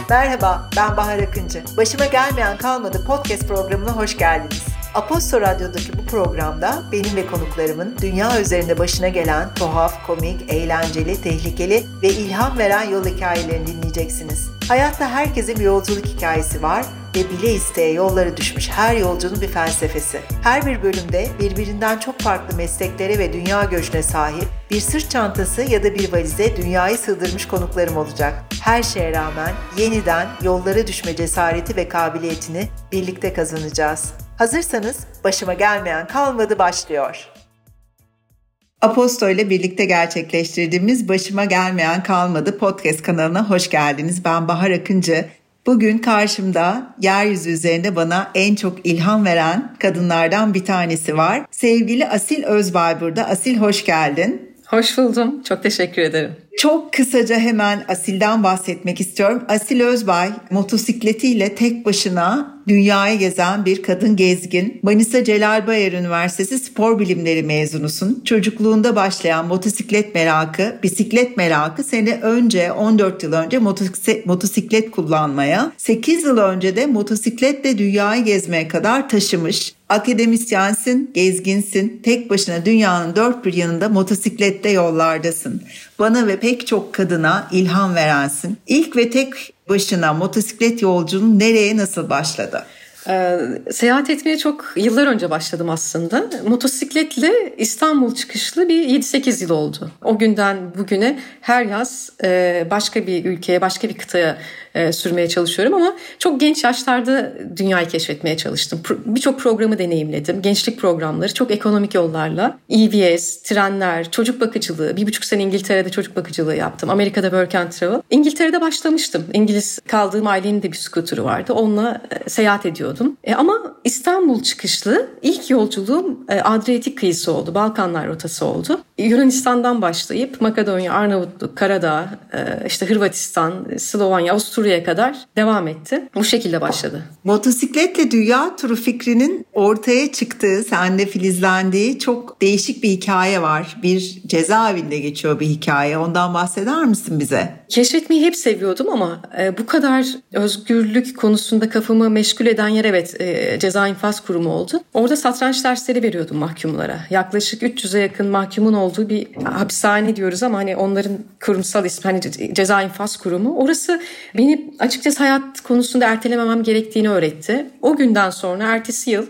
Merhaba, ben Bahar Akıncı. Başıma Gelmeyen Kalmadı podcast programına hoş geldiniz. Aposto Radyo'daki bu programda benim ve konuklarımın dünya üzerinde başına gelen tuhaf, komik, eğlenceli, tehlikeli ve ilham veren yol hikayelerini dinleyeceksiniz. Hayatta herkesin bir yolculuk hikayesi var ve bile isteye yollara düşmüş her yolcunun bir felsefesi. Her bir bölümde birbirinden çok farklı mesleklere ve dünya göçüne sahip bir sırt çantası ya da bir valize dünyayı sığdırmış konuklarım olacak. Her şeye rağmen yeniden yollara düşme cesareti ve kabiliyetini birlikte kazanacağız. Hazırsanız Başıma Gelmeyen Kalmadı başlıyor. Aposto ile birlikte gerçekleştirdiğimiz Başıma Gelmeyen Kalmadı podcast kanalına hoş geldiniz. Ben Bahar Akıncı. Bugün karşımda yeryüzü üzerinde bana en çok ilham veren kadınlardan bir tanesi var. Sevgili Asil Özbay burada. Asil, hoş geldin. Hoş buldum. Çok teşekkür ederim. Çok kısaca hemen Asil'den bahsetmek istiyorum. Asil Özbay motosikletiyle tek başına dünyayı gezen bir kadın gezgin. Manisa Celal Bayar Üniversitesi Spor Bilimleri mezunusun. Çocukluğunda başlayan motosiklet merakı, bisiklet merakı seni önce 14 yıl önce motosiklet kullanmaya, 8 yıl önce de motosikletle dünyayı gezmeye kadar taşımış. Akademisyensin, gezginsin, tek başına dünyanın dört bir yanında motosiklette yollardasın. Bana ve pek çok kadına ilham verensin. İlk ve tek başına motosiklet yolculuğun nereye, nasıl başladı? Seyahat etmeye çok yıllar önce başladım aslında. Motosikletle İstanbul çıkışlı bir 7-8 yıl oldu. O günden bugüne her yaz başka bir ülkeye, başka bir kıtaya sürmeye çalışıyorum ama çok genç yaşlarda dünyayı keşfetmeye çalıştım. Birçok programı deneyimledim. Gençlik programları çok ekonomik yollarla. EVS, trenler, çocuk bakıcılığı. 1,5 sene İngiltere'de çocuk bakıcılığı yaptım. Amerika'da Work and Travel. İngiltere'de başlamıştım. İngiliz kaldığım ailenin de bir scooter'ı vardı. Onunla seyahat ediyordum. Ama İstanbul çıkışlı ilk yolculuğum Adriyatik kıyısı oldu. Balkanlar rotası oldu. Yunanistan'dan başlayıp Makedonya, Arnavutluk, Karadağ, işte Hırvatistan, Slovenya, Avusturya'ya kadar devam etti. Bu şekilde başladı. Motosikletle dünya turu fikrinin ortaya çıktığı, sende filizlendiği çok değişik bir hikaye var. Bir cezaevinde geçiyor bir hikaye. Ondan bahseder misin bize? Keşfetmeyi hep seviyordum ama bu kadar özgürlük konusunda kafamı meşgul eden yer ceza infaz kurumu oldu. Orada satranç dersleri veriyordum mahkumlara. Yaklaşık 300'e yakın mahkumun olduğu bir hapishane diyoruz ama hani onların kurumsal ismi hani ceza infaz kurumu. Orası beni açıkçası hayat konusunda ertelememem gerektiğini öğretti. O günden sonra ertesi yıl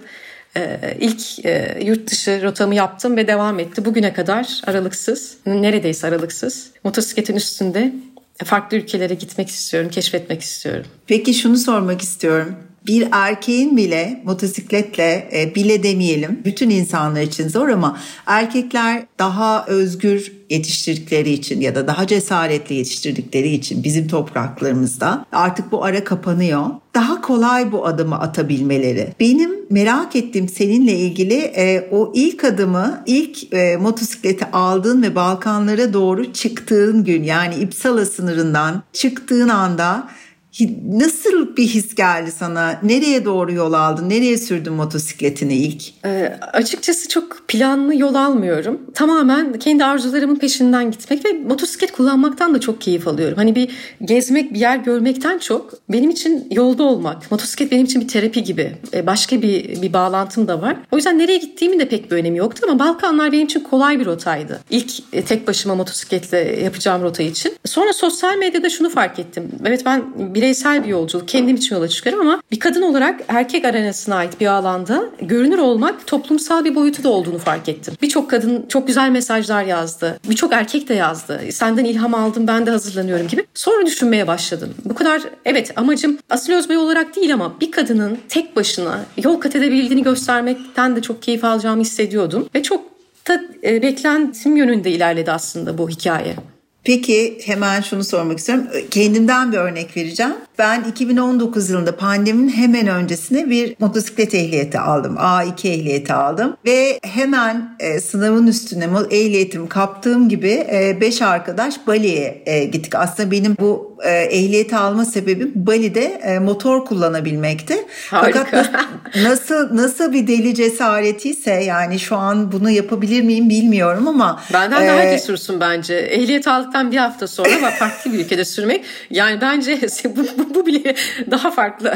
ilk yurt dışı rotamı yaptım ve devam etti. Bugüne kadar aralıksız, neredeyse aralıksız motosikletin üstünde farklı ülkelere gitmek istiyorum, keşfetmek istiyorum. Peki şunu sormak istiyorum. Bir erkeğin bile motosikletle bile demeyelim, bütün insanlar için zor ama erkekler daha özgür yetiştirdikleri için ya da daha cesaretli yetiştirdikleri için bizim topraklarımızda artık bu ara kapanıyor. Daha kolay bu adımı atabilmeleri. Benim merak ettiğim seninle ilgili o ilk adımı, ilk motosikleti aldığın ve Balkanlara doğru çıktığın gün, yani İpsala sınırından çıktığın anda nasıl bir his geldi sana? Nereye doğru yol aldın? Nereye sürdün motosikletini ilk? Açıkçası çok planlı yol almıyorum. Tamamen kendi arzularımın peşinden gitmek ve motosiklet kullanmaktan da çok keyif alıyorum. Hani bir gezmek, bir yer görmekten çok benim için yolda olmak. Motosiklet benim için bir terapi gibi. Başka bir bağlantım da var. O yüzden nereye gittiğimin de pek bir önemi yoktu ama Balkanlar benim için kolay bir rotaydı. İlk tek başıma motosikletle yapacağım rota için. Sonra sosyal medyada şunu fark ettim. Evet, ben bireysel bir yolculuk, kendim için yola çıkıyorum ama bir kadın olarak erkek arenasına ait bir alanda görünür olmak toplumsal bir boyutu da olduğunu fark ettim. Birçok kadın çok güzel mesajlar yazdı. Birçok erkek de yazdı. Senden ilham aldım, ben de hazırlanıyorum gibi. Sonra düşünmeye başladım. Bu kadar, evet, amacım Asil Özbay olarak değil ama bir kadının tek başına yol kat edebildiğini göstermekten de çok keyif alacağımı hissediyordum. Ve çok da beklentim yönünde ilerledi aslında bu hikaye. Peki hemen şunu sormak istiyorum. Kendimden bir örnek vereceğim. Ben 2019 yılında pandeminin hemen öncesine bir motosiklet ehliyeti aldım. A2 ehliyeti aldım. Ve hemen sınavın üstüne ehliyetimi kaptığım gibi 5 arkadaş Bali'ye gittik. Aslında benim bu ehliyeti alma sebebim Bali'de motor kullanabilmekti. Harika. Fakat nasıl bir deli cesaretiyse, yani şu an bunu yapabilir miyim bilmiyorum ama. Benden daha cesursun bence. Ehliyet aldıktan uçaktan bir hafta sonra farklı bir ülkede sürmek, yani bence bu bile daha farklı.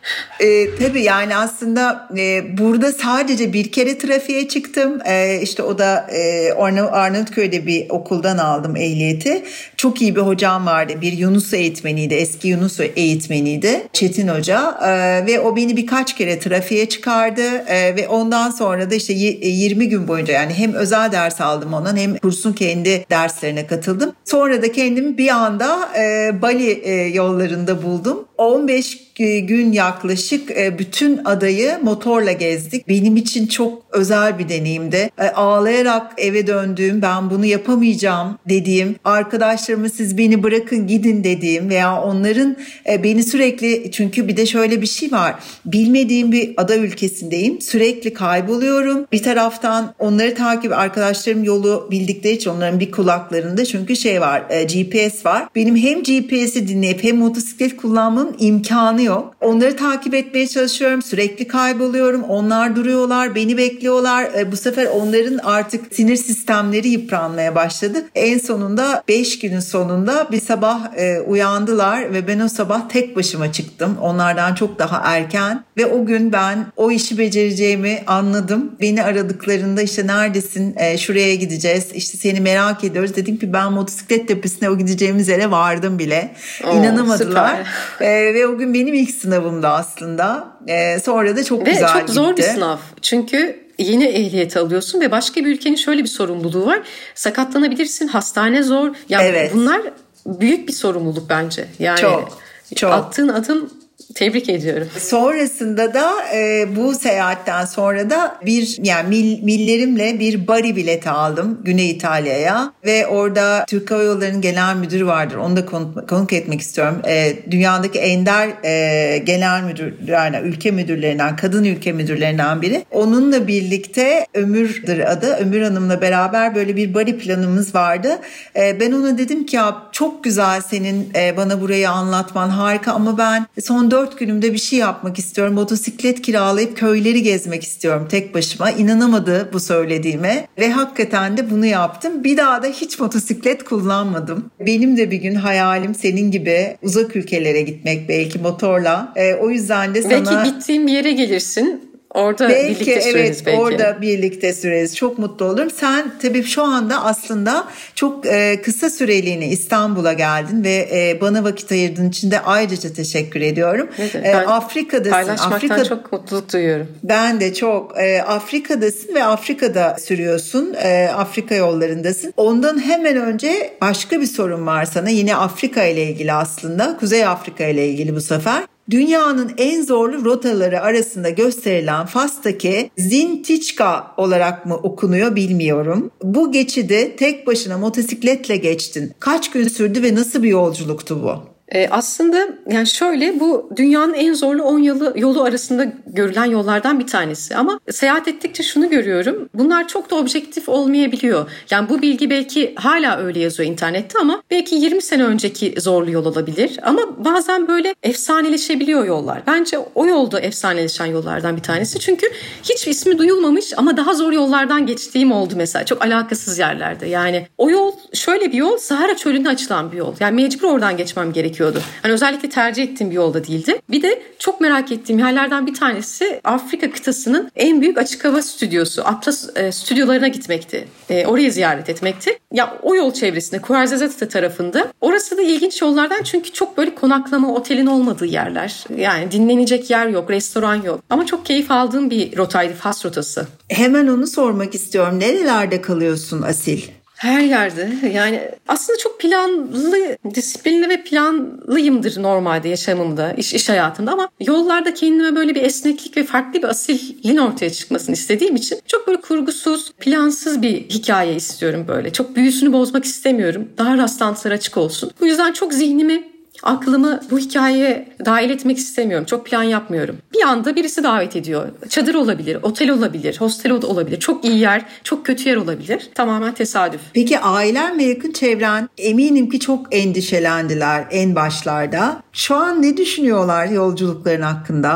Tabii yani aslında burada sadece bir kere trafiğe çıktım. İşte o da Arnavutköy'de bir okuldan aldım ehliyeti. Çok iyi bir hocam vardı. Bir Yunus eğitmeniydi. Eski Yunus eğitmeniydi. Çetin Hoca. Ve o beni birkaç kere trafiğe çıkardı. Ve ondan sonra da işte 20 gün boyunca, yani hem özel ders aldım ondan hem kursun kendi derslerine katıldım. Sonra da kendimi bir anda Bali yollarında buldum. 15 gün yaklaşık bütün adayı motorla gezdik. Benim için çok özel bir deneyimdi. Ağlayarak eve döndüğüm, ben bunu yapamayacağım dediğim, arkadaşlarıma siz beni bırakın gidin dediğim veya onların beni sürekli, çünkü bir de şöyle bir şey var. Bilmediğim bir ada ülkesindeyim. Sürekli kayboluyorum. Bir taraftan onları arkadaşlarım yolu bildikleri için onların bir kulaklarında çünkü şey var, GPS var. Benim hem GPS'i dinleyip hem motosiklet kullanmamın imkanı yok. Onları takip etmeye çalışıyorum. Sürekli kayboluyorum. Onlar duruyorlar, beni bekliyorlar. Bu sefer onların artık sinir sistemleri yıpranmaya başladı. En sonunda 5 günün sonunda bir sabah uyandılar ve ben o sabah tek başıma çıktım. Onlardan çok daha erken ve o gün ben o işi becereceğimi anladım. Beni aradıklarında işte neredesin? Şuraya gideceğiz. İşte seni merak ediyoruz. Dedim ki ben motosiklet tepesine, o gideceğimiz yere vardım bile. İnanamadılar. Ve o gün benim ilk sınavımdı aslında. Sonra da çok güzel gitti. Ve çok zor bir sınav. Çünkü yeni ehliyet alıyorsun ve başka bir ülkenin şöyle bir sorumluluğu var. Sakatlanabilirsin, hastane zor. Yani evet. Bunlar büyük bir sorumluluk bence. Yani çok. Attığın adım, tebrik ediyorum. Sonrasında da bu seyahatten sonra da millerimle bir Bari bileti aldım Güney İtalya'ya ve orada Türk Hava Yolları'nın genel müdürü vardır. Onu da konuk etmek istiyorum. Dünyadaki ender genel müdürlerden, ülke müdürlerinden, kadın ülke müdürlerinden biri. Onunla birlikte Ömür'dür adı. Ömür Hanım'la beraber böyle bir Bari planımız vardı. Ben ona dedim ki ya çok güzel senin bana burayı anlatman, harika, ama ben son 4 günümde bir şey yapmak istiyorum. Motosiklet kiralayıp köyleri gezmek istiyorum tek başıma. İnanamadı bu söylediğime ve hakikaten de bunu yaptım. Bir daha da hiç motosiklet kullanmadım. Benim de bir gün hayalim senin gibi uzak ülkelere gitmek, belki motorla. O yüzden de sana... Belki gittiğin bir yere gelirsin. Orada birlikte süreriz belki. Orada birlikte süreriz. Çok mutlu olurum. Sen tabii şu anda aslında çok kısa süreliğine İstanbul'a geldin ve bana vakit ayırdığın için de ayrıca teşekkür ediyorum. Evet, Afrika'dasın. Paylaşmaktan çok mutluluk duyuyorum. Ben de çok. Afrika'dasın ve Afrika'da sürüyorsun. Afrika yollarındasın. Ondan hemen önce başka bir sorun var sana. Yine Afrika ile ilgili aslında. Kuzey Afrika ile ilgili bu sefer. Dünyanın en zorlu rotaları arasında gösterilen Fas'taki Zintiçka olarak mı okunuyor bilmiyorum. Bu geçidi tek başına motosikletle geçtin. Kaç gün sürdü ve nasıl bir yolculuktu bu? Aslında yani şöyle, bu dünyanın en zorlu 10 yolu arasında görülen yollardan bir tanesi. Ama seyahat ettikçe şunu görüyorum. Bunlar çok da objektif olmayabiliyor. Yani bu bilgi belki hala öyle yazıyor internette ama belki 20 sene önceki zorlu yol olabilir. Ama bazen böyle efsaneleşebiliyor yollar. Bence o yolda efsaneleşen yollardan bir tanesi. Çünkü hiç ismi duyulmamış ama daha zor yollardan geçtiğim oldu mesela. Çok alakasız yerlerde. Yani o yol şöyle bir yol, Sahara Çölü'ne açılan bir yol. Yani mecbur oradan geçmem gerekiyordu. Hani özellikle tercih ettiğim bir yolda değildi. Bir de çok merak ettiğim yerlerden bir tanesi Afrika kıtasının en büyük açık hava stüdyosu. Atlas stüdyolarına gitmekti. Orayı ziyaret etmekti. Ya o yol çevresinde Kuarzazate tarafında. Orası da ilginç yollardan çünkü çok böyle konaklama, otelin olmadığı yerler. Yani dinlenecek yer yok, restoran yok. Ama çok keyif aldığım bir rotaydı, Fas rotası. Hemen onu sormak istiyorum. Nerelerde kalıyorsun Asil? Her yerde. Yani aslında çok planlı, disiplinli ve planlıyımdır normalde yaşamımda, iş hayatımda ama yollarda kendime böyle bir esneklik ve farklı bir Asil'in ortaya çıkmasını istediğim için çok böyle kurgusuz, plansız bir hikaye istiyorum böyle. Çok büyüsünü bozmak istemiyorum. Daha rastlantılara açık olsun. Bu yüzden çok zihnimi, aklımı bu hikayeye dahil etmek istemiyorum. Çok plan yapmıyorum. Bir anda birisi davet ediyor. Çadır olabilir, otel olabilir, hostel olabilir. Çok iyi yer, çok kötü yer olabilir. Tamamen tesadüf. Peki ailen ve yakın çevren eminim ki çok endişelendiler en başlarda. Şu an ne düşünüyorlar yolculukların hakkında?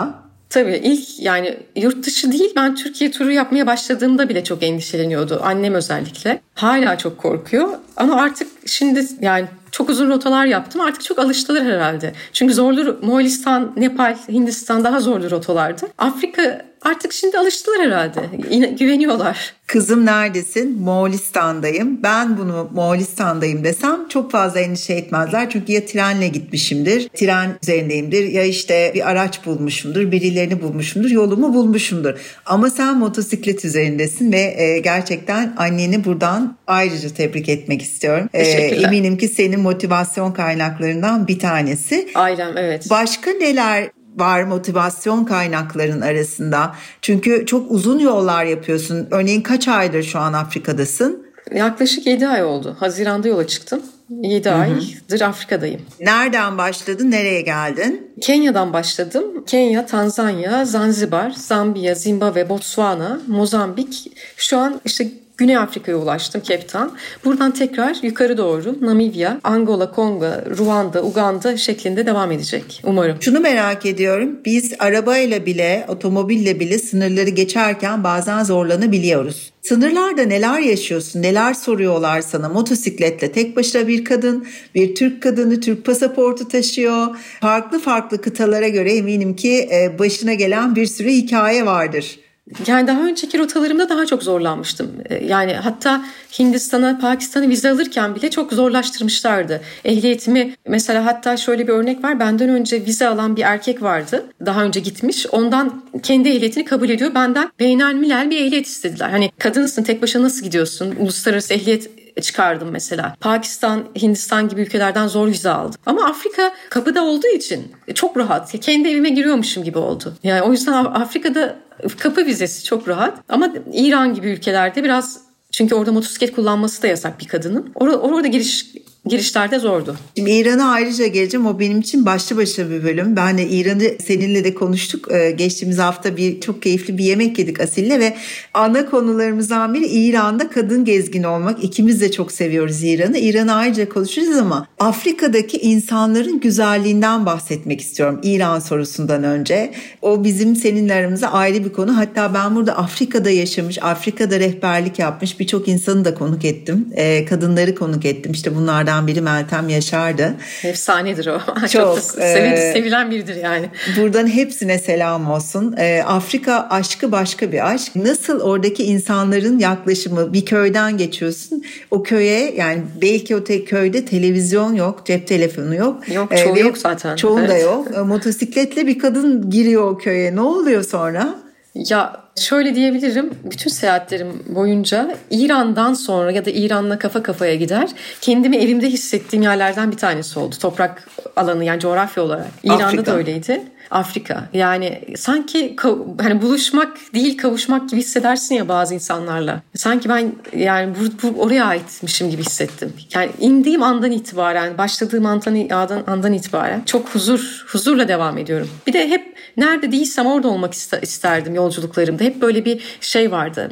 Tabii ilk yani yurt dışı değil, ben Türkiye turu yapmaya başladığımda bile çok endişeleniyordu. Annem özellikle. Hala çok korkuyor ama artık şimdi yani çok uzun rotalar yaptım. Artık çok alıştılar herhalde. Çünkü zorlu Moğolistan, Nepal, Hindistan daha zorlu rotalardı. Afrika artık şimdi alıştılar herhalde. Yine güveniyorlar. Kızım neredesin? Moğolistan'dayım. Ben bunu Moğolistan'dayım desem çok fazla endişe etmezler. Çünkü ya trenle gitmişimdir, tren üzerindeyimdir, ya işte bir araç bulmuşumdur, birilerini bulmuşumdur, yolumu bulmuşumdur. Ama sen motosiklet üzerindesin ve gerçekten anneni buradan ayrıca tebrik etmek istiyorum. Eminim ki senin motivasyon kaynaklarından bir tanesi. Ailem, evet. Başka neler var motivasyon kaynakların arasında? Çünkü çok uzun yollar yapıyorsun. Örneğin kaç aydır şu an Afrika'dasın? Yaklaşık 7 ay oldu. Haziran'da yola çıktım. 7 aydır Afrika'dayım. Nereden başladın, nereye geldin? Kenya'dan başladım. Kenya, Tanzanya, Zanzibar, Zambiya, Zimbabwe, Botswana, Mozambik. Şu an işte Güney Afrika'ya ulaştım, Cape Town. Buradan tekrar yukarı doğru Namibya, Angola, Kongo, Ruanda, Uganda şeklinde devam edecek umarım. Şunu merak ediyorum. Biz arabayla bile, otomobille bile sınırları geçerken bazen zorlanabiliyoruz. Sınırlarda neler yaşıyorsun? Neler soruyorlar sana? Motosikletle tek başına bir kadın, bir Türk kadını, Türk pasaportu taşıyor. Farklı farklı kıtalara göre eminim ki başına gelen bir sürü hikaye vardır. Yani daha önceki rotalarımda daha çok zorlanmıştım. Yani hatta Hindistan'a, Pakistan'a vize alırken bile çok zorlaştırmışlardı. Ehliyetimi mesela, hatta şöyle bir örnek var. Benden önce vize alan bir erkek vardı. Daha önce gitmiş. Ondan kendi ehliyetini kabul ediyor. Benden beynelmilel bir ehliyet istediler. Hani kadınsın, tek başına nasıl gidiyorsun? Uluslararası ehliyet çıkardım mesela. Pakistan, Hindistan gibi ülkelerden zor vize aldım. Ama Afrika kapıda olduğu için çok rahat. Kendi evime giriyormuşum gibi oldu. Yani o yüzden Afrika'da kapı vizesi çok rahat. Ama İran gibi ülkelerde biraz, çünkü orada motosiklet kullanması da yasak bir kadının. Orada girişlerde zordu. Şimdi İran'a ayrıca geleceğim. O benim için başlı başına bir bölüm. Ben de İran'ı seninle de konuştuk. Geçtiğimiz hafta çok keyifli bir yemek yedik Asil'le ve ana konularımızdan biri İran'da kadın gezgin olmak. İkimiz de çok seviyoruz İran'ı. İran'ı ayrıca konuşacağız ama Afrika'daki insanların güzelliğinden bahsetmek istiyorum İran sorusundan önce. O bizim seninle aramızda ayrı bir konu. Hatta ben burada Afrika'da yaşamış, Afrika'da rehberlik yapmış birçok insanı da konuk ettim. Kadınları konuk ettim. İşte bunlardan biri Meltem Yaşar'dı. Efsanedir o. Çok sevilen biridir yani. Buradan hepsine selam olsun. Afrika aşkı başka bir aşk. Nasıl oradaki insanların yaklaşımı, bir köyden geçiyorsun. O köye, yani belki o köyde televizyon yok, cep telefonu yok. Yok, çoğu yok zaten. Çoğu da yok. Motosikletle bir kadın giriyor o köye. Ne oluyor sonra? Ya şöyle diyebilirim, bütün seyahatlerim boyunca İran'dan sonra ya da İran'la kafa kafaya gider, kendimi evimde hissettiğim yerlerden bir tanesi oldu. Toprak alanı, yani coğrafya olarak. İran'da da öyleydi. Afrika, yani sanki hani buluşmak değil kavuşmak gibi hissedersin ya bazı insanlarla. Sanki ben yani oraya aitmişim gibi hissettim. Yani indiğim andan itibaren, başladığım andan itibaren çok huzurla devam ediyorum. Bir de hep nerede değilsem orada olmak isterdim yolculuklarımda. Hep böyle bir şey vardı.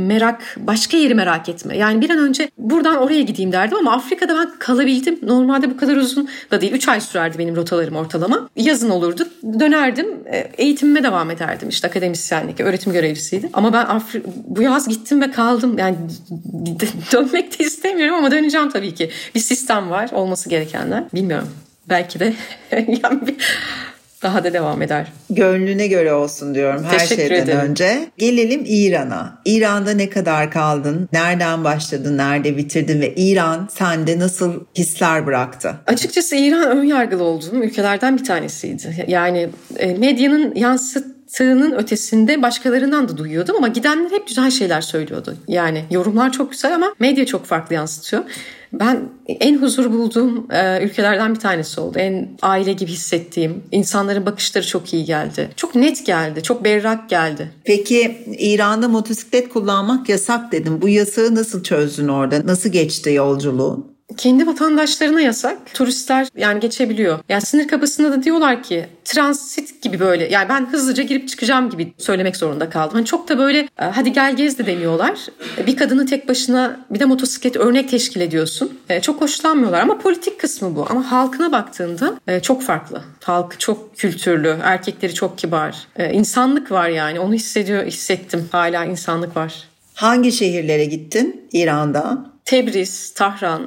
Başka yeri merak etme. Yani bir an önce buradan oraya gideyim derdim ama Afrika'da ben kalabildim. Normalde bu kadar uzun da değil. 3 ay sürerdi benim rotalarım ortalama. Yazın olurdu. Dönerdim, eğitimime devam ederdim. İşte akademisyenlik, öğretim görevlisiydim. Ama ben bu yaz gittim ve kaldım. Yani dönmek de istemiyorum ama döneceğim tabii ki. Bir sistem var, olması gerekenler. Bilmiyorum. Belki de yani daha da devam eder. Gönlüne göre olsun diyorum her Teşekkür şeyden ederim. önce. Gelelim İran'a. İran'da ne kadar kaldın? Nereden başladın? Nerede bitirdin? Ve İran sende nasıl hisler bıraktı? Açıkçası İran önyargılı olduğum ülkelerden bir tanesiydi. Yani medyanın yansıttığının ötesinde başkalarından da duyuyordum ama gidenler hep güzel şeyler söylüyordu. Yani yorumlar çok güzel ama medya çok farklı yansıtıyor. Ben en huzur bulduğum ülkelerden bir tanesi oldu. En aile gibi hissettiğim, insanların bakışları çok iyi geldi. Çok net geldi, çok berrak geldi. Peki İran'da motosiklet kullanmak yasak dedim. Bu yasağı nasıl çözdün orada? Nasıl geçti yolculuğun? Kendi vatandaşlarına yasak. Turistler yani geçebiliyor. Yani sınır kapısında da diyorlar ki transit gibi böyle. Yani ben hızlıca girip çıkacağım gibi söylemek zorunda kaldım. Hani çok da böyle hadi gel gez de demiyorlar. Bir kadını tek başına bir de motosiklet örnek teşkil ediyorsun. Çok hoşlanmıyorlar ama politik kısmı bu. Ama halkına baktığında çok farklı. Halk çok kültürlü. Erkekleri çok kibar. İnsanlık var yani. Onu hissettim. Hala insanlık var. Hangi şehirlere gittin İran'da? Tebriz, Tahran,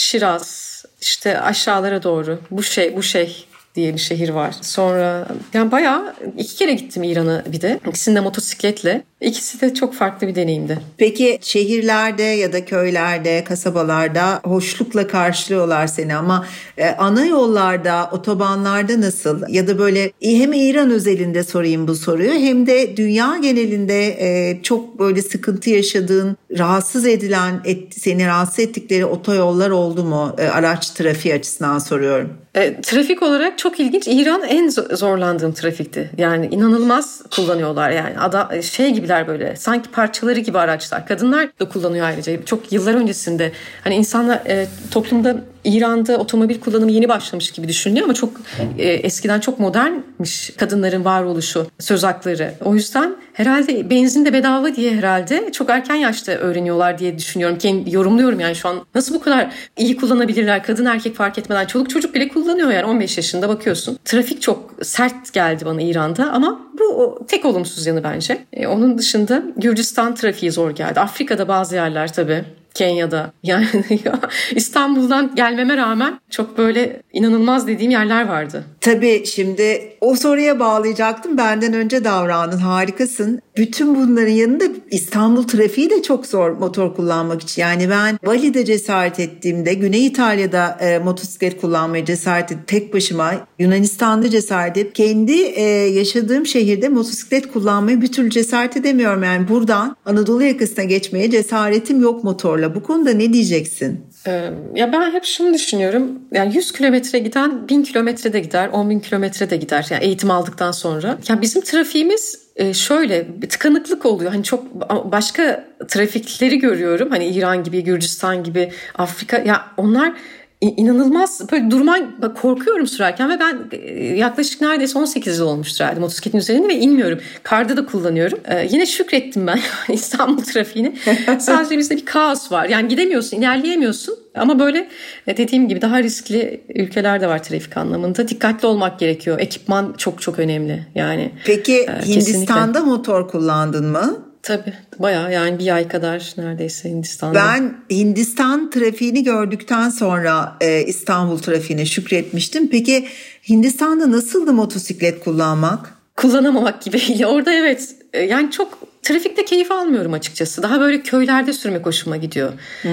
Şiraz, işte aşağılara doğru bu şey diye bir şehir var. Sonra yani bayağı 2 kere gittim İran'a bir de. İkisinde motosikletle. İkisi de çok farklı bir deneyimdi. Peki şehirlerde ya da köylerde, kasabalarda hoşlukla karşılıyorlar seni ama ana yollarda, otobanlarda nasıl? Ya da böyle hem İran özelinde sorayım bu soruyu hem de dünya genelinde çok böyle sıkıntı yaşadığın, rahatsız edilen, seni rahatsız ettikleri otoyollar oldu mu? Araç trafiği açısından soruyorum. Trafik olarak çok ilginç. İran en zorlandığım trafikti. Yani inanılmaz kullanıyorlar yani. Şey gibiler böyle. Sanki parçaları gibi araçlar. Kadınlar da kullanıyor ayrıca. Çok yıllar öncesinde. Hani insanlar toplumda İran'da otomobil kullanımı yeni başlamış gibi düşünülüyor ama çok eskiden çok modernmiş kadınların varoluşu, söz hakları. O yüzden herhalde benzin de bedava diye herhalde çok erken yaşta öğreniyorlar diye düşünüyorum. Yorumluyorum yani şu an. Nasıl bu kadar iyi kullanabilirler? Kadın erkek fark etmeden. Çoluk çocuk bile kullanıyor yani 15 yaşında bakıyorsun. Trafik çok sert geldi bana İran'da ama bu tek olumsuz yanı bence. Onun dışında Gürcistan trafiği zor geldi. Afrika'da bazı yerler tabii. Kenya'da yani İstanbul'dan gelmeme rağmen çok böyle inanılmaz dediğim yerler vardı. Tabii şimdi o soruya bağlayacaktım. Benden önce davrandın. Harikasın. Bütün bunların yanında İstanbul trafiği de çok zor motor kullanmak için. Yani ben Bali'de cesaret ettiğimde, Güney İtalya'da motosiklet kullanmaya cesaret ettim. Tek başıma Yunanistan'da cesaret edip kendi yaşadığım şehirde motosiklet kullanmaya bir türlü cesaret edemiyorum. Yani buradan Anadolu yakasına geçmeye cesaretim yok motorla. Bu konuda ne diyeceksin? Ya ben hep şunu düşünüyorum. Yani 100 kilometre giden 1000 kilometre de gider, 10.000 kilometre de gider. Yani eğitim aldıktan sonra. Yani bizim trafiğimiz şöyle bir tıkanıklık oluyor. Hani çok başka trafikleri görüyorum. Hani İran gibi, Gürcistan gibi, Afrika. Ya onlar İnanılmaz böyle korkuyorum sürerken ve ben yaklaşık neredeyse 18 yıl olmuştur herhalde motosikletin üzerinde ve inmiyorum. Karda da kullanıyorum. Yine şükrettim ben İstanbul trafiğine. Sadece bizde bir kaos var. Yani gidemiyorsun, ilerleyemiyorsun. Ama böyle dediğim gibi daha riskli ülkeler de var trafik anlamında. Dikkatli olmak gerekiyor. Ekipman çok çok önemli. Yani. Peki Hindistan'da kesinlikle. Motor kullandın mı? Tabii bayağı yani bir ay kadar neredeyse Hindistan'da. Ben Hindistan trafiğini gördükten sonra İstanbul trafiğine şükretmiştim. Peki Hindistan'da nasıldı motosiklet kullanmak? Kullanamamak gibi. Orada evet yani çok trafikte keyif almıyorum açıkçası. Daha böyle köylerde sürmek hoşuma gidiyor.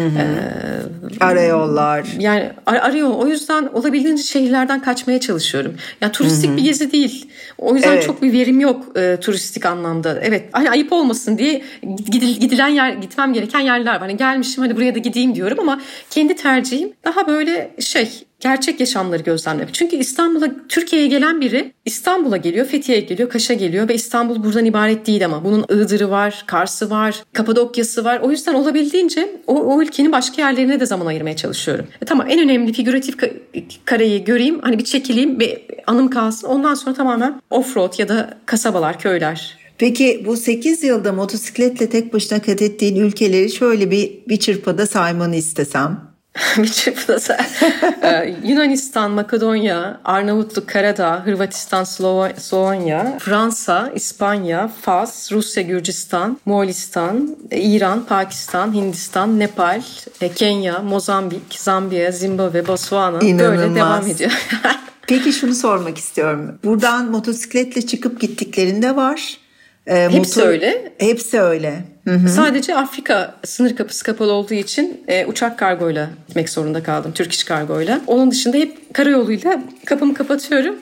Arayollar. Yani arıyor. O yüzden olabildiğince şehirlerden kaçmaya çalışıyorum. Yani turistik bir gezi değil. O yüzden çok bir verim yok turistik anlamda. Evet hani ayıp olmasın diye gitmem gereken yerler var. Hani gelmişim hani buraya da gideyim diyorum ama kendi tercihim daha böyle gerçek yaşamları gözlemlemek. Çünkü Türkiye'ye gelen biri İstanbul'a geliyor, Fethiye'ye geliyor, Kaş'a geliyor ve İstanbul buradan ibaret değil ama. Bunun Iğdır'ı var, Kars'ı var, Kapadokya'sı var. O yüzden olabildiğince o ülkenin başka yerlerine de zaman ayırmaya çalışıyorum. Tamam en önemli figüratif kareyi göreyim, hani bir çekileyim ve anım kalsın. Ondan sonra tamamen offroad ya da kasabalar, köyler. Peki bu 8 yılda motosikletle tek başına kat ettiğin ülkeleri şöyle bir çırpıda saymanı istesem. Bir çırpıda Yunanistan, Makedonya, Arnavutluk, Karadağ, Hırvatistan, Slovenya, Fransa, İspanya, Fas, Rusya, Gürcistan, Moğolistan, İran, Pakistan, Hindistan, Nepal, Kenya, Mozambik, Zambiya, Zimbabwe, Botswana. İnanılmaz. Böyle devam ediyor. Peki şunu sormak istiyorum. Buradan motosikletle çıkıp gittiklerinde var. Hepsi öyle. Hepsi öyle. Hı-hı. Sadece Afrika sınır kapısı kapalı olduğu için uçak kargoyla gitmek zorunda kaldım. Turkish kargoyla. Onun dışında hep karayoluyla kapımı kapatıyorum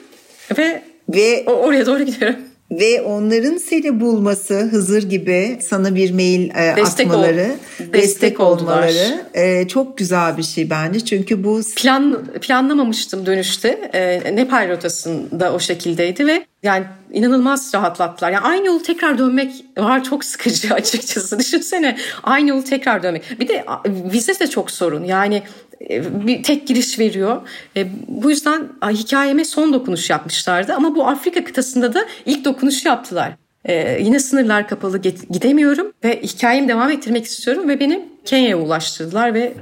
ve oraya doğru gidiyorum. Ve onların seni bulması, Hızır gibi sana bir mail atmaları, destek olmaları çok güzel bir şey bence. Çünkü bu planlamamıştım dönüşte. Nepal rotasında o şekildeydi ve yani inanılmaz rahatlattılar. Yani aynı yolu tekrar dönmek var çok sıkıcı açıkçası. Düşünsene aynı yolu tekrar dönmek. Bir de vize de çok sorun. Yani bir tek giriş veriyor. Bu yüzden hikayeme son dokunuş yapmışlardı. Ama bu Afrika kıtasında da ilk dokunuşu yaptılar. Yine sınırlar kapalı, gidemiyorum ve hikayemi devam ettirmek istiyorum ve beni Kenya'ya ulaştırdılar ve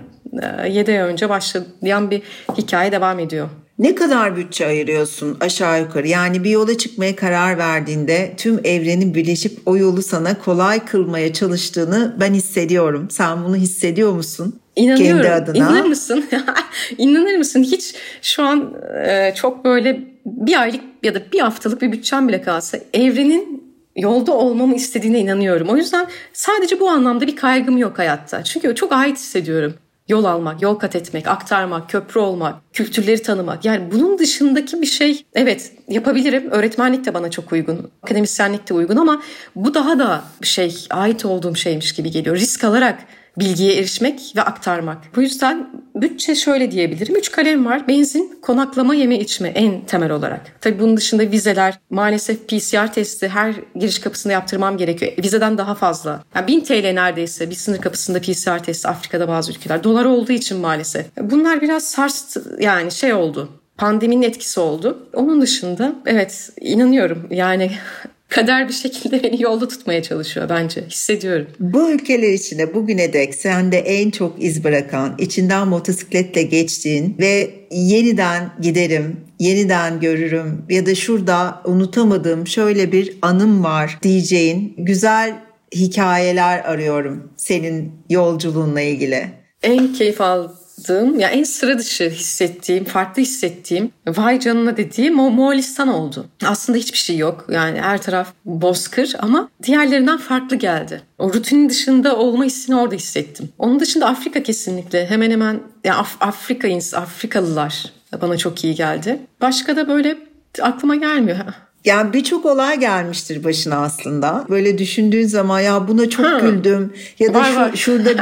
7 ay önce başlayan bir hikaye devam ediyor. Ne kadar bütçe ayırıyorsun aşağı yukarı? Yani bir yola çıkmaya karar verdiğinde tüm evrenin birleşip o yolu sana kolay kılmaya çalıştığını ben hissediyorum. Sen bunu hissediyor musun? İnanıyorum. Kendi adına. İnanır mısın? İnanır mısın? Hiç şu an çok böyle bir aylık ya da bir haftalık bir bütçem bile kalsa evrenin yolda olmamı istediğine inanıyorum. O yüzden sadece bu anlamda bir kaygım yok hayatta. Çünkü çok ait hissediyorum. Yol almak, yol kat etmek, aktarmak, köprü olmak, kültürleri tanımak. Yani bunun dışındaki bir şey, evet yapabilirim. Öğretmenlik de bana çok uygun, akademisyenlik de uygun ama bu daha da bir şey, ait olduğum şeymiş gibi geliyor. Risk alarak bilgiye erişmek ve aktarmak. Bu yüzden bütçe şöyle diyebilirim. 3 kalem var. Benzin, konaklama, yeme içme en temel olarak. Tabii bunun dışında vizeler, maalesef PCR testi her giriş kapısında yaptırmam gerekiyor. Vizeden daha fazla. Yani 1000 TL neredeyse bir sınır kapısında PCR testi Afrika'da bazı ülkeler. Dolar olduğu için maalesef. Bunlar biraz sarstı, yani şey oldu. Pandeminin etkisi oldu. Onun dışında evet inanıyorum yani kader bir şekilde beni yolda tutmaya çalışıyor bence. Hissediyorum. Bu ülkeler içinde bugüne dek sende en çok iz bırakan, içinden motosikletle geçtiğin ve yeniden giderim, yeniden görürüm ya da şurada unutamadığım şöyle bir anım var diyeceğin güzel hikayeler arıyorum senin yolculuğunla ilgili. En keyif aldığım, ya en sıra dışı hissettiğim, farklı hissettiğim, vay canına dediğim o Moğolistan oldu. Aslında hiçbir şey yok. Yani her taraf bozkır ama diğerlerinden farklı geldi. O rutinin dışında olma hissini orada hissettim. Onun dışında Afrika kesinlikle hemen hemen yani Afrikalılar bana çok iyi geldi. Başka da böyle aklıma gelmiyor. Yani birçok olay gelmiştir başına aslında. Böyle düşündüğün zaman ya buna çok güldüm ya da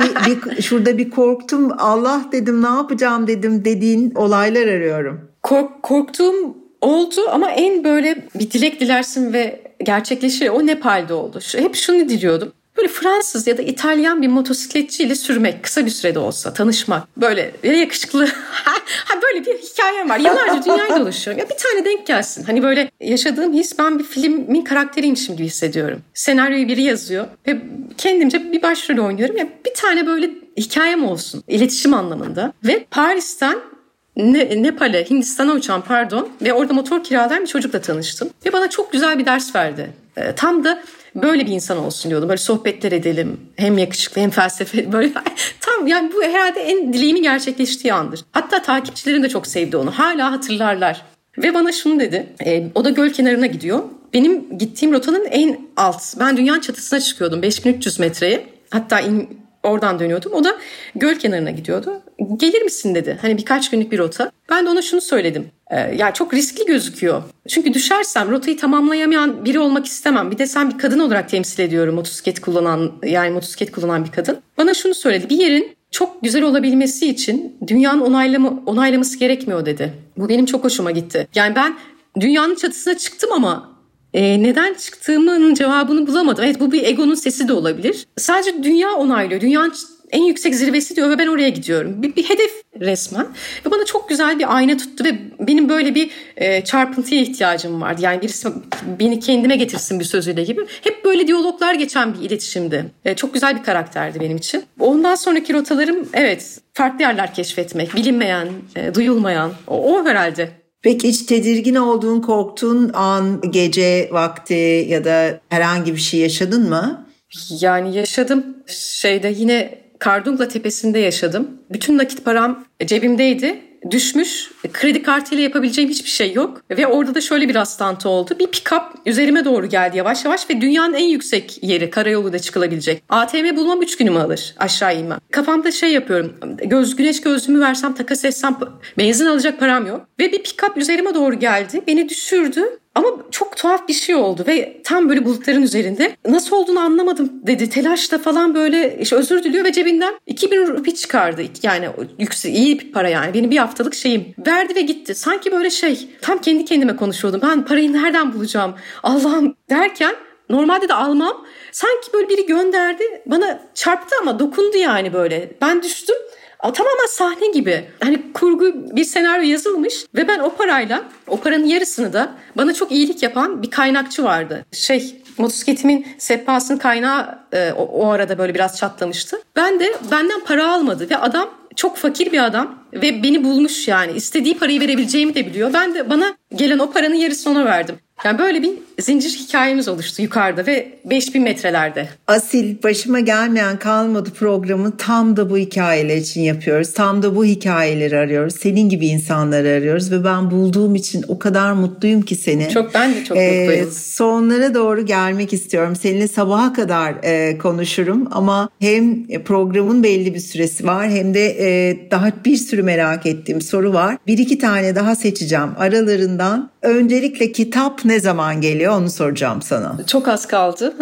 şurada bir korktum. Allah dedim, ne yapacağım dedim dediğin olaylar arıyorum. Korktuğum oldu ama en böyle bir dilek dilersin ve gerçekleşir. O Nepal'de oldu. Hep şunu diliyordum. Böyle Fransız ya da İtalyan bir motosikletçiyle sürmek, kısa bir sürede olsa tanışmak, böyle yakışıklı böyle bir hikayem var. Yıllarca dünyayı dolaşıyorum. Ya bir tane denk gelsin. Hani böyle yaşadığım his, ben bir filmin karakteriymişim gibi hissediyorum. Senaryoyu biri yazıyor ve kendimce bir başrol oynuyorum. Ya bir tane böyle hikayem olsun, iletişim anlamında. Ve Paris'ten Nepal'e, Hindistan'a uçan ve orada motor kiralayan bir çocukla tanıştım. Ve bana çok güzel bir ders verdi. Tam da böyle bir insan olsun diyordum. Böyle sohbetler edelim. Hem yakışıklı hem felsefe. Böyle tam yani bu herhalde en dileğimin gerçekleştiği andır. Hatta takipçilerim de çok sevdi onu. Hala hatırlarlar. Ve bana şunu dedi. O da göl kenarına gidiyor. Benim gittiğim rotanın en alt. Ben dünyanın çatısına çıkıyordum 5300 metreye. Hatta oradan dönüyordum. O da göl kenarına gidiyordu. Gelir misin dedi. Hani birkaç günlük bir rota. Ben de ona şunu söyledim. Ya çok riskli gözüküyor. Çünkü düşersem rotayı tamamlayamayan biri olmak istemem. Bir de sen bir kadın olarak temsil ediyorum motosiklet kullanan bir kadın. Bana şunu söyledi. Bir yerin çok güzel olabilmesi için dünyanın onaylaması gerekmiyor dedi. Bu benim çok hoşuma gitti. Yani ben dünyanın çatısına çıktım ama neden çıktığımın cevabını bulamadım. Evet, bu bir egonun sesi de olabilir. Sadece dünya onaylıyor. Dünyanın en yüksek zirvesi diyor ve ben oraya gidiyorum. Bir hedef resmen. Ve bana çok güzel bir ayna tuttu ve benim böyle bir çarpıntıya ihtiyacım vardı. Yani birisi beni kendime getirsin bir sözüyle gibi. Hep böyle diyaloglar geçen bir iletişimdi. Çok güzel bir karakterdi benim için. Ondan sonraki rotalarım evet farklı yerler keşfetmek, bilinmeyen, duyulmayan. O herhalde. Peki hiç tedirgin olduğun, korktuğun an, gece vakti ya da herhangi bir şey yaşadın mı? Yani yaşadım. Yine Kardungla Tepesi'nde yaşadım. Bütün nakit param cebimdeydi. Düşmüş. Kredi kartıyla yapabileceğim hiçbir şey yok. Ve orada da şöyle bir rastlantı oldu. Bir pick-up üzerime doğru geldi yavaş yavaş ve dünyanın en yüksek yeri, karayoluyla çıkılabilecek. ATM bulmam 3 günümü alır aşağı inmem. Kafamda yapıyorum. Güneş gözlüğümü versem, takas etsem benzin alacak param yok. Ve bir pick-up üzerime doğru geldi. Beni düşürdü. Ama çok tuhaf bir şey oldu ve tam böyle bulutların üzerinde. Nasıl olduğunu anlamadım dedi. Telaşla falan böyle özür diliyor ve cebinden 2000 rupi çıkardı. Yani iyi bir para yani. Benim bir haftalık şeyim. Verdi ve gitti. Sanki böyle tam kendi kendime konuşuyordum. Ben parayı nereden bulacağım? Allah'ım derken normalde de almam. Sanki böyle biri gönderdi. Bana çarptı ama dokundu yani böyle. Ben düştüm. tamamen sahne gibi. Hani kurgu bir senaryo yazılmış ve ben o paranın yarısını da bana çok iyilik yapan bir kaynakçı vardı. Motosikletimin sehpasının kaynağı o arada böyle biraz çatlamıştı. Benden para almadı ve adam çok fakir bir adam ve beni bulmuş yani. İstediği parayı verebileceğimi de biliyor. Ben de bana gelen o paranın yarısını ona verdim. Yani böyle bir zincir hikayemiz oluştu yukarıda ve 5000 metrelerde. Asil, Başıma Gelmeyen Kalmadı programı tam da bu hikayeler için yapıyoruz. Tam da bu hikayeleri arıyoruz. Senin gibi insanları arıyoruz ve ben bulduğum için o kadar mutluyum ki seni. Ben de çok mutluyum. Sonlara doğru gelmek istiyorum. Seninle sabaha kadar konuşurum ama hem programın belli bir süresi var hem de daha bir sürü merak ettiğim soru var. 1-2 tane daha seçeceğim aralarından. Öncelikle kitap ne zaman geliyor onu soracağım sana. Çok az kaldı.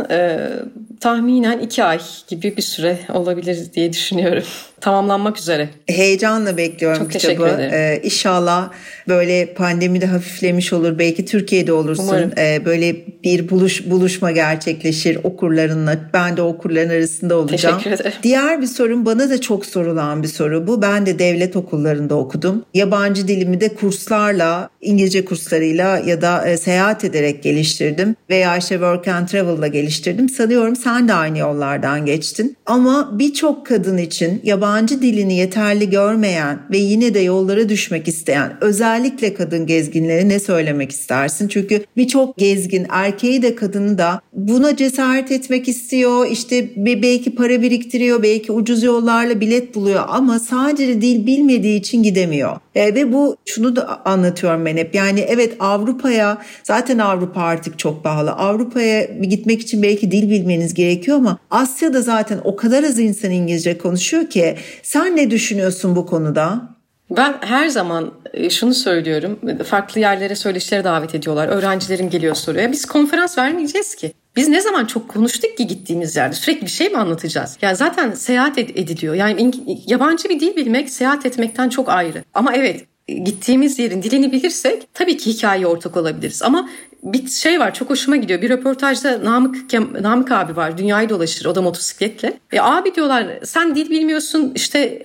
Tahminen 2 ay gibi bir süre olabilir diye düşünüyorum. Tamamlanmak üzere. Heyecanla bekliyorum çok kitabı. Teşekkür ederim. İnşallah böyle pandemi de hafiflemiş olur. Belki Türkiye'de olursun. Umarım. Böyle bir buluşma gerçekleşir okurlarınla. Ben de okurların arasında olacağım. Teşekkür ederim. Diğer bir sorum, bana da çok sorulan bir soru bu. Ben de devlet okullarında okudum. Yabancı dilimi de kurslarla, İngilizce kurslarıyla ya da seyahat ederek geliştirdim. Veya work and travel'la geliştirdim. Sanıyorum sen de aynı yollardan geçtin. Ama birçok kadın için yabancı dilini yeterli görmeyen ve yine de yollara düşmek isteyen, özellikle kadın gezginlere ne söylemek istersin? Çünkü birçok gezgin, erkeği de kadını da buna cesaret etmek istiyor. İşte belki para biriktiriyor, belki ucuz yollarla bilet buluyor ama sadece dil bilmediği için gidemiyor. Ve şunu da anlatıyorum ben hep. Yani evet, Avrupa'ya, zaten Avrupa artık çok pahalı. Avrupa'ya gitmek için belki dil bilmeniz gerekiyor ama Asya'da zaten o kadar az insan İngilizce konuşuyor ki. Sen ne düşünüyorsun bu konuda? Ben her zaman şunu söylüyorum. Farklı yerlere, söyleşilere davet ediyorlar. Öğrencilerim geliyor soruyor. Biz konferans vermeyeceğiz ki. Biz ne zaman çok konuştuk ki gittiğimiz yerde? Sürekli bir şey mi anlatacağız? Yani zaten seyahat ediliyor. Yani yabancı bir dil bilmek seyahat etmekten çok ayrı. Ama evet, gittiğimiz yerin dilini bilirsek tabii ki hikayeye ortak olabiliriz. Ama bir şey var, çok hoşuma gidiyor. Bir röportajda Namık abi var. Dünyayı dolaşır. O da motosikletle. Abi diyorlar, sen dil bilmiyorsun. İşte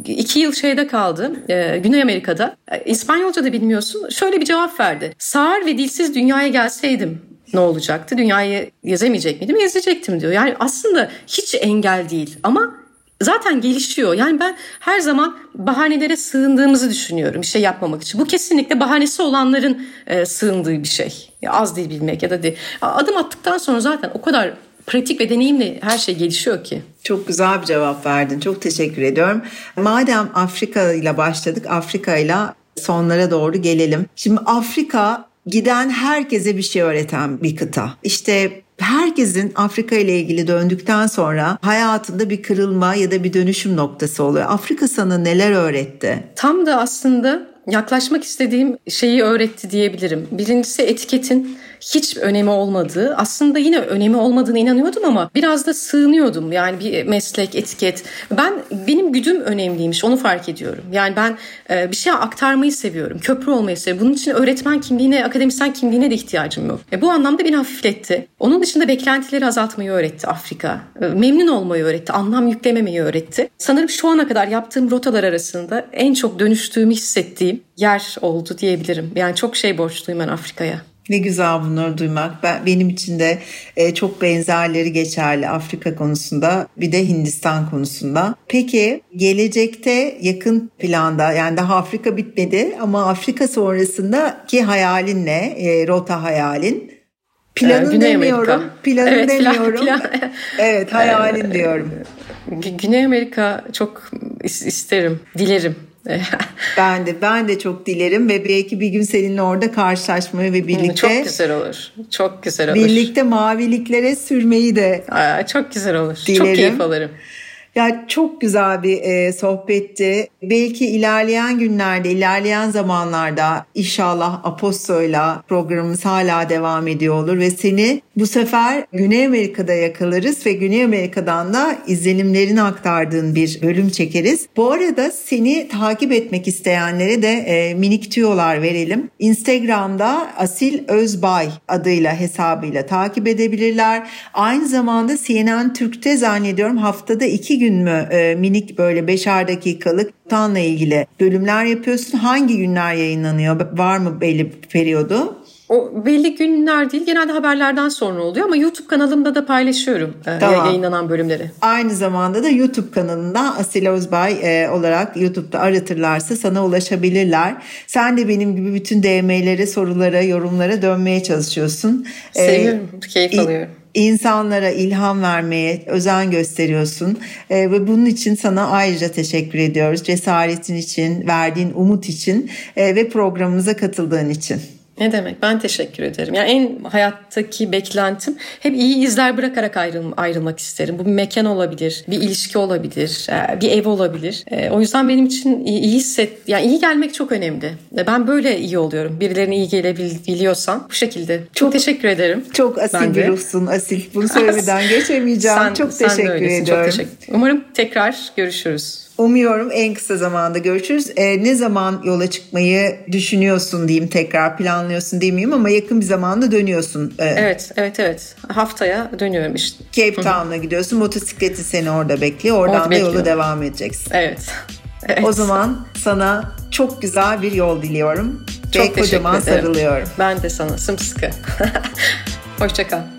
2 yıl şeyde kaldı. Güney Amerika'da. İspanyolca da bilmiyorsun. Şöyle bir cevap verdi. Sağır ve dilsiz dünyaya gelseydim ne olacaktı? Dünyayı gezebilecek miydim? Gezecektim diyor. Yani aslında hiç engel değil ama zaten gelişiyor. Yani ben her zaman bahanelere sığındığımızı düşünüyorum bir şey yapmamak için. Bu kesinlikle bahanesi olanların sığındığı bir şey. Ya az dil bilmek ya da adım attıktan sonra zaten o kadar pratik ve deneyimle her şey gelişiyor ki. Çok güzel bir cevap verdin. Çok teşekkür ediyorum. Madem Afrika ile başladık, Afrika ile sonlara doğru gelelim. Şimdi Afrika giden herkese bir şey öğreten bir kıta. İşte herkesin Afrika ile ilgili döndükten sonra hayatında bir kırılma ya da bir dönüşüm noktası oluyor. Afrika sana neler öğretti? Tam da aslında yaklaşmak istediğim şeyi öğretti diyebilirim. Birincisi etiketin hiç önemi olmadığı. Aslında yine önemi olmadığına inanıyordum ama biraz da sığınıyordum. Yani bir meslek, etiket. Benim güdüm önemliymiş, onu fark ediyorum. Yani ben bir şey aktarmayı seviyorum. Köprü olmayı seviyorum. Bunun için öğretmen kimliğine, akademisyen kimliğine de ihtiyacım yok. Bu anlamda beni hafifletti. Onun dışında beklentileri azaltmayı öğretti Afrika. Memnun olmayı öğretti. Anlam yüklememeyi öğretti. Sanırım şu ana kadar yaptığım rotalar arasında en çok dönüştüğümü hissettiğim yer oldu diyebilirim. Yani çok şey borçluyum ben Afrika'ya. Ne güzel bunları duymak. Benim için de çok benzerleri geçerli Afrika konusunda, bir de Hindistan konusunda. Peki gelecekte, yakın planda, yani daha Afrika bitmedi ama Afrika sonrasındaki hayalin ne? Rota hayalin? Planın Güney demiyorum. Amerika. Planın evet, demiyorum. Evet, hayalin diyorum. Güney Amerika çok isterim, dilerim. Ben de çok dilerim ve belki bir gün seninle orada karşılaşmayı ve birlikte çok güzel olur. Çok güzel olur. Birlikte maviliklere sürmeyi de çok güzel olur. dilerim. Çok keyif alırım. Ya çok güzel bir sohbetti. Belki ilerleyen günlerde, ilerleyen zamanlarda inşallah Aposto'yla programımız hala devam ediyor olur ve seni bu sefer Güney Amerika'da yakalarız ve Güney Amerika'dan da izlenimlerini aktardığın bir bölüm çekeriz. Bu arada seni takip etmek isteyenlere de minik tüyolar verelim. Instagram'da Asil Özbay adıyla, hesabıyla takip edebilirler. Aynı zamanda CNN Türk'te zannediyorum haftada 2 2 gün mü minik böyle 5'er dakikalık tanla ilgili bölümler yapıyorsun? Hangi günler yayınlanıyor? Var mı belli bir periyodu? O belli günler değil, genelde haberlerden sonra oluyor ama YouTube kanalımda da paylaşıyorum yayınlanan bölümleri. Aynı zamanda da YouTube kanalında Asil Özbay olarak YouTube'da aratırlarsa sana ulaşabilirler. Sen de benim gibi bütün DM'lere, sorulara, yorumlara dönmeye çalışıyorsun. Seviyorum, keyif alıyorum. İnsanlara ilham vermeye özen gösteriyorsun ve bunun için sana ayrıca teşekkür ediyoruz. Cesaretin için, verdiğin umut için ve programımıza katıldığın için. Ne demek? Ben teşekkür ederim. Yani en hayattaki beklentim hep iyi izler bırakarak ayrılmak isterim. Bu bir mekan olabilir, bir ilişki olabilir, bir ev olabilir. O yüzden benim için yani iyi gelmek çok önemli. Ben böyle iyi oluyorum. Birilerine iyi gelebiliyorsam bu şekilde. Çok teşekkür ederim. Çok asil bir ruhsun, Asil. Bunu söylemeden geçemeyeceğim. Çok teşekkür ediyorum. Çok teşekkür. Umarım tekrar görüşürüz. Umuyorum en kısa zamanda görüşürüz. Ne zaman yola çıkmayı düşünüyorsun diyeyim, tekrar planlıyorsun demeyeyim ama yakın bir zamanda dönüyorsun. Evet. Haftaya dönüyorum işte. Cape Town'a gidiyorsun. Motosikleti seni orada bekliyor. Oradan da yola devam edeceksin. Evet. O zaman sana çok güzel bir yol diliyorum. Çok ve kocaman teşekkür ederim. Sarılıyorum. Ben de sana sımsıkı. Hoşça kal.